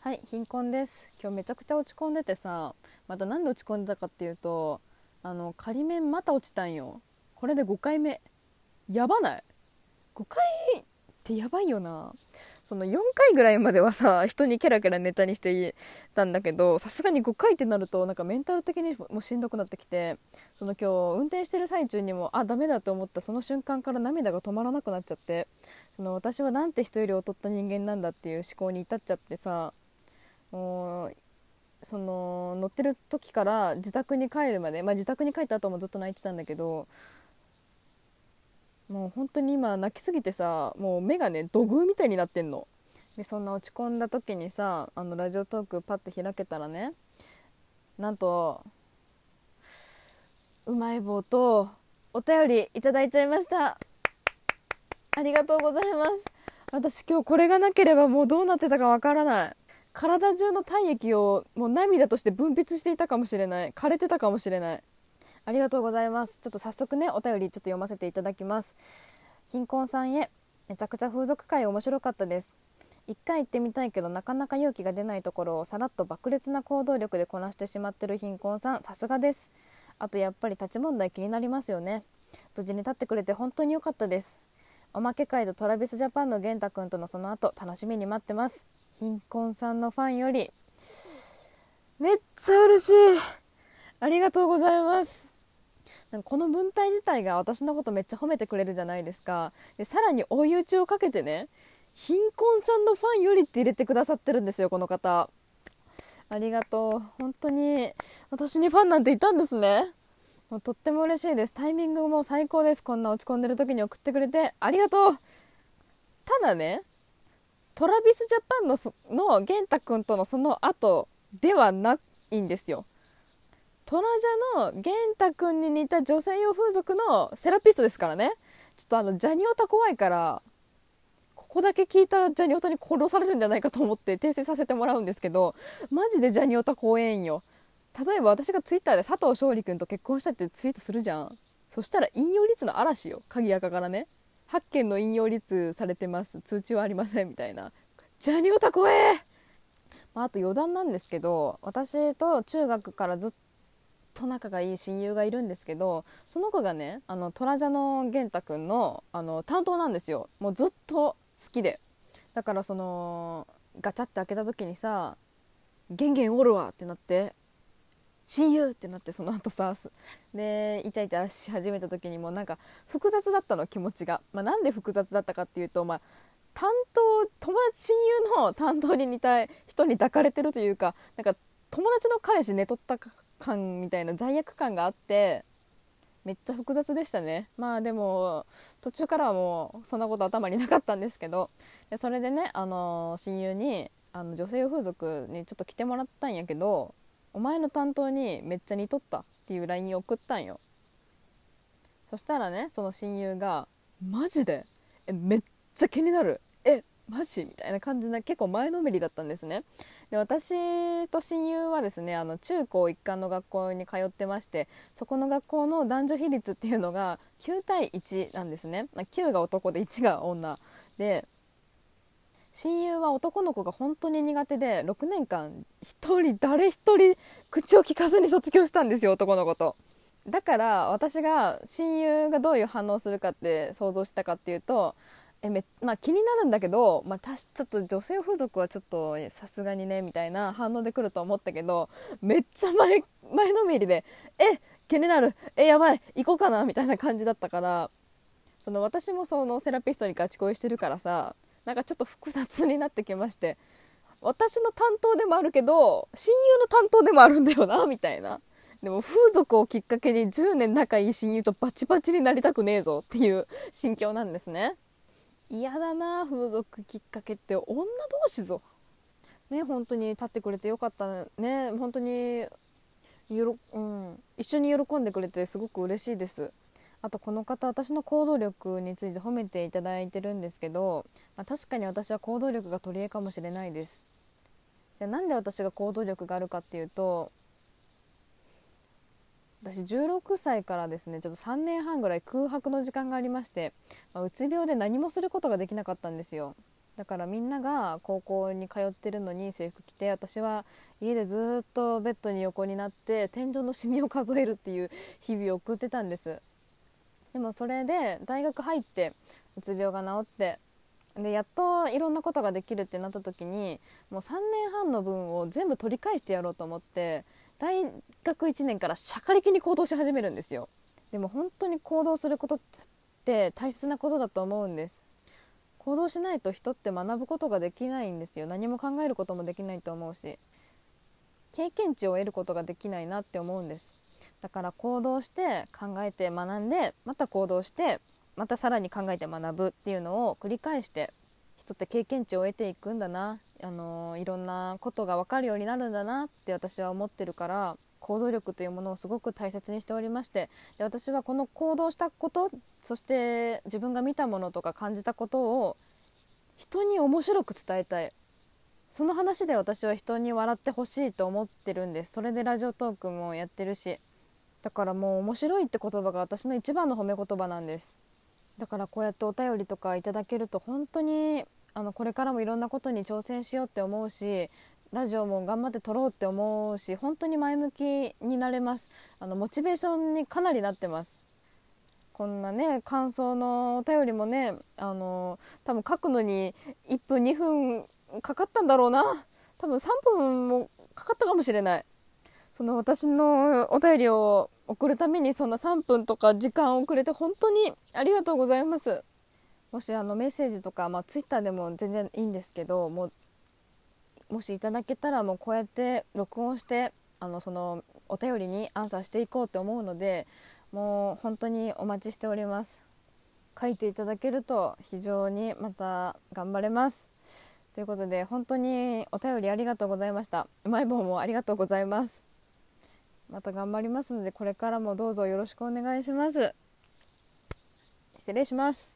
はい、貧困です。今日めちゃくちゃ落ち込んでてさ、またなんで落ち込んでたかっていうと、仮免また落ちたんよ。これで5回目。やばない？ 5 回ってやばいよな。その4回ぐらいまではさ、人にケラケラネタにしてたんだけど、さすがに5回ってなるとなんかメンタル的にもしんどくなってきて、その今日運転してる最中にもダメだと思ったその瞬間から涙が止まらなくなっちゃって、その私はなんて人より劣った人間なんだっていう思考に至っちゃってさ、もうその乗ってる時から自宅に帰るまで、自宅に帰った後もずっと泣いてたんだけど、もう本当に今泣きすぎてさ、もう目がね土偶みたいになってんの。でそんな落ち込んだ時にさ、ラジオトークパッて開けたらね、なんとうまい棒とお便りいただいちゃいました。ありがとうございます。私今日これがなければもうどうなってたかわからない。体中の体液をもう涙として分泌していたかもしれない。枯れてたかもしれない。ありがとうございます。ちょっと早速ね、お便りちょっと読ませていただきます。貧困さんへ。めちゃくちゃ風俗会面白かったです。一回行ってみたいけどなかなか勇気が出ないところをさらっと爆裂な行動力でこなしてしまってる貧困さん、さすがです。あとやっぱり立ち問題気になりますよね。無事に立ってくれて本当に良かったです。おまけ会とトラビスジャパンの玄太くんとのその後楽しみに待ってます。貧困さんのファンより。めっちゃ嬉しい。ありがとうございます。なんかこの文体自体が私のことめっちゃ褒めてくれるじゃないですか。でさらに追い打ちをかけてね、貧困さんのファンよりって入れてくださってるんですよ、この方。ありがとう。本当に私にファンなんていたんですね。もうとっても嬉しいです。タイミングも最高です。こんな落ち込んでる時に送ってくれてありがとう。ただね、トラビスジャパンの玄太くんとのその後ではないんですよ。トラジャの玄太くんに似た女性用風俗のセラピストですからね。ちょっとジャニオタ怖いから、ここだけ聞いたジャニオタに殺されるんじゃないかと思って訂正させてもらうんですけど、マジでジャニオタ怖えんよ。例えば私がツイッターで佐藤勝利くんと結婚したってツイートするじゃん。そしたら引用率の嵐よ、鍵垢からね。8件の引用率されてます、通知はありませんみたいな。ジャニオタ怖え。あと余談なんですけど、私と中学からずっと仲がいい親友がいるんですけど、その子がね、トラジャの玄太くんの、担当なんですよ。もうずっと好きで。だからそのガチャって開けた時にさ、ゲンゲンおるわってなって、親友ってなって、その後さでイチャイチャし始めた時にもなんか複雑だったの、気持ちが。なんで複雑だったかっていうと、友達親友の担当に似た人に抱かれてるというか、なんか友達の彼氏寝取った感みたいな罪悪感があって、めっちゃ複雑でしたね。でも途中からはもうそんなこと頭になかったんですけど、それでね、親友に女性用風俗にちょっと来てもらったんやけど、お前の担当にめっちゃ似とったっていう LINE を送ったんよ。そしたらね、その親友がマジでめっちゃ気になる、マジみたいな感じで結構前のめりだったんですね。で私と親友はですね、中高一貫の学校に通ってまして、そこの学校の男女比率っていうのが9対1なんですね。9が男で1が女で、親友は男の子が本当に苦手で6年間誰一人口を聞かずに卒業したんですよ、男の子と。だから私が親友がどういう反応するかって想像したかっていうと、気になるんだけど、ちょっと女性風俗はちょっとさすがにねみたいな反応で来ると思ったけど、めっちゃ前のめりで、気になる、やばい行こうかなみたいな感じだったから、その私もそのセラピストにガチ恋してるからさ、なんかちょっと複雑になってきまして、私の担当でもあるけど親友の担当でもあるんだよなみたいな。でも風俗をきっかけに10年仲いい親友とバチバチになりたくねえぞっていう心境なんですね。嫌だな、風俗きっかけって女同士ぞ。ね、本当に立ってくれてよかったね。本当に一緒に喜んでくれてすごく嬉しいです。あとこの方、私の行動力について褒めていただいてるんですけど、確かに私は行動力が取り柄かもしれないです。じゃあなんで私が行動力があるかっていうと、私16歳からですね、ちょっと3年半ぐらい空白の時間がありまして、うつ病で何もすることができなかったんですよ。 だからみんなが高校に通ってるのに制服着て、私は家でずっとベッドに横になって天井のシミを数えるっていう日々を送ってたんです。でもそれで大学入ってうつ病が治って、でやっといろんなことができるってなった時に、もう3年半の分を全部取り返してやろうと思って、大学1年からしゃかりきに行動し始めるんですよ。でも本当に行動することって大切なことだと思うんです。行動しないと人って学ぶことができないんですよ。何も考えることもできないと思うし、経験値を得ることができないなって思うんです。だから行動して考えて学んで、また行動してまたさらに考えて学ぶっていうのを繰り返して、人って経験値を得ていくんだな、いろんなことが分かるようになるんだなって私は思ってるから、行動力というものをすごく大切にしておりまして、で私はこの行動したこと、そして自分が見たものとか感じたことを人に面白く伝えたい。その話で私は人に笑ってほしいと思ってるんです。それでラジオトークもやってるし、だからもう面白いって言葉が私の一番の褒め言葉なんです。だからこうやってお便りとかいただけると本当にこれからもいろんなことに挑戦しようって思うし、ラジオも頑張って撮ろうって思うし、本当に前向きになれます。モチベーションにかなりなってます。こんなね感想のお便りもね、多分書くのに1分2分かかったんだろうな。多分3分もかかったかもしれない。その私のお便りを送るためにそんな3分とか時間をくれて本当にありがとうございます。もしメッセージとか、ツイッターでも全然いいんですけど、もしいただけたらもうこうやって録音してそのお便りにアンサーしていこうと思うので、もう本当にお待ちしております。書いていただけると非常にまた頑張れます。ということで本当にお便りありがとうございました。うまい棒もありがとうございます。また頑張りますので、これからもどうぞよろしくお願いします。失礼します。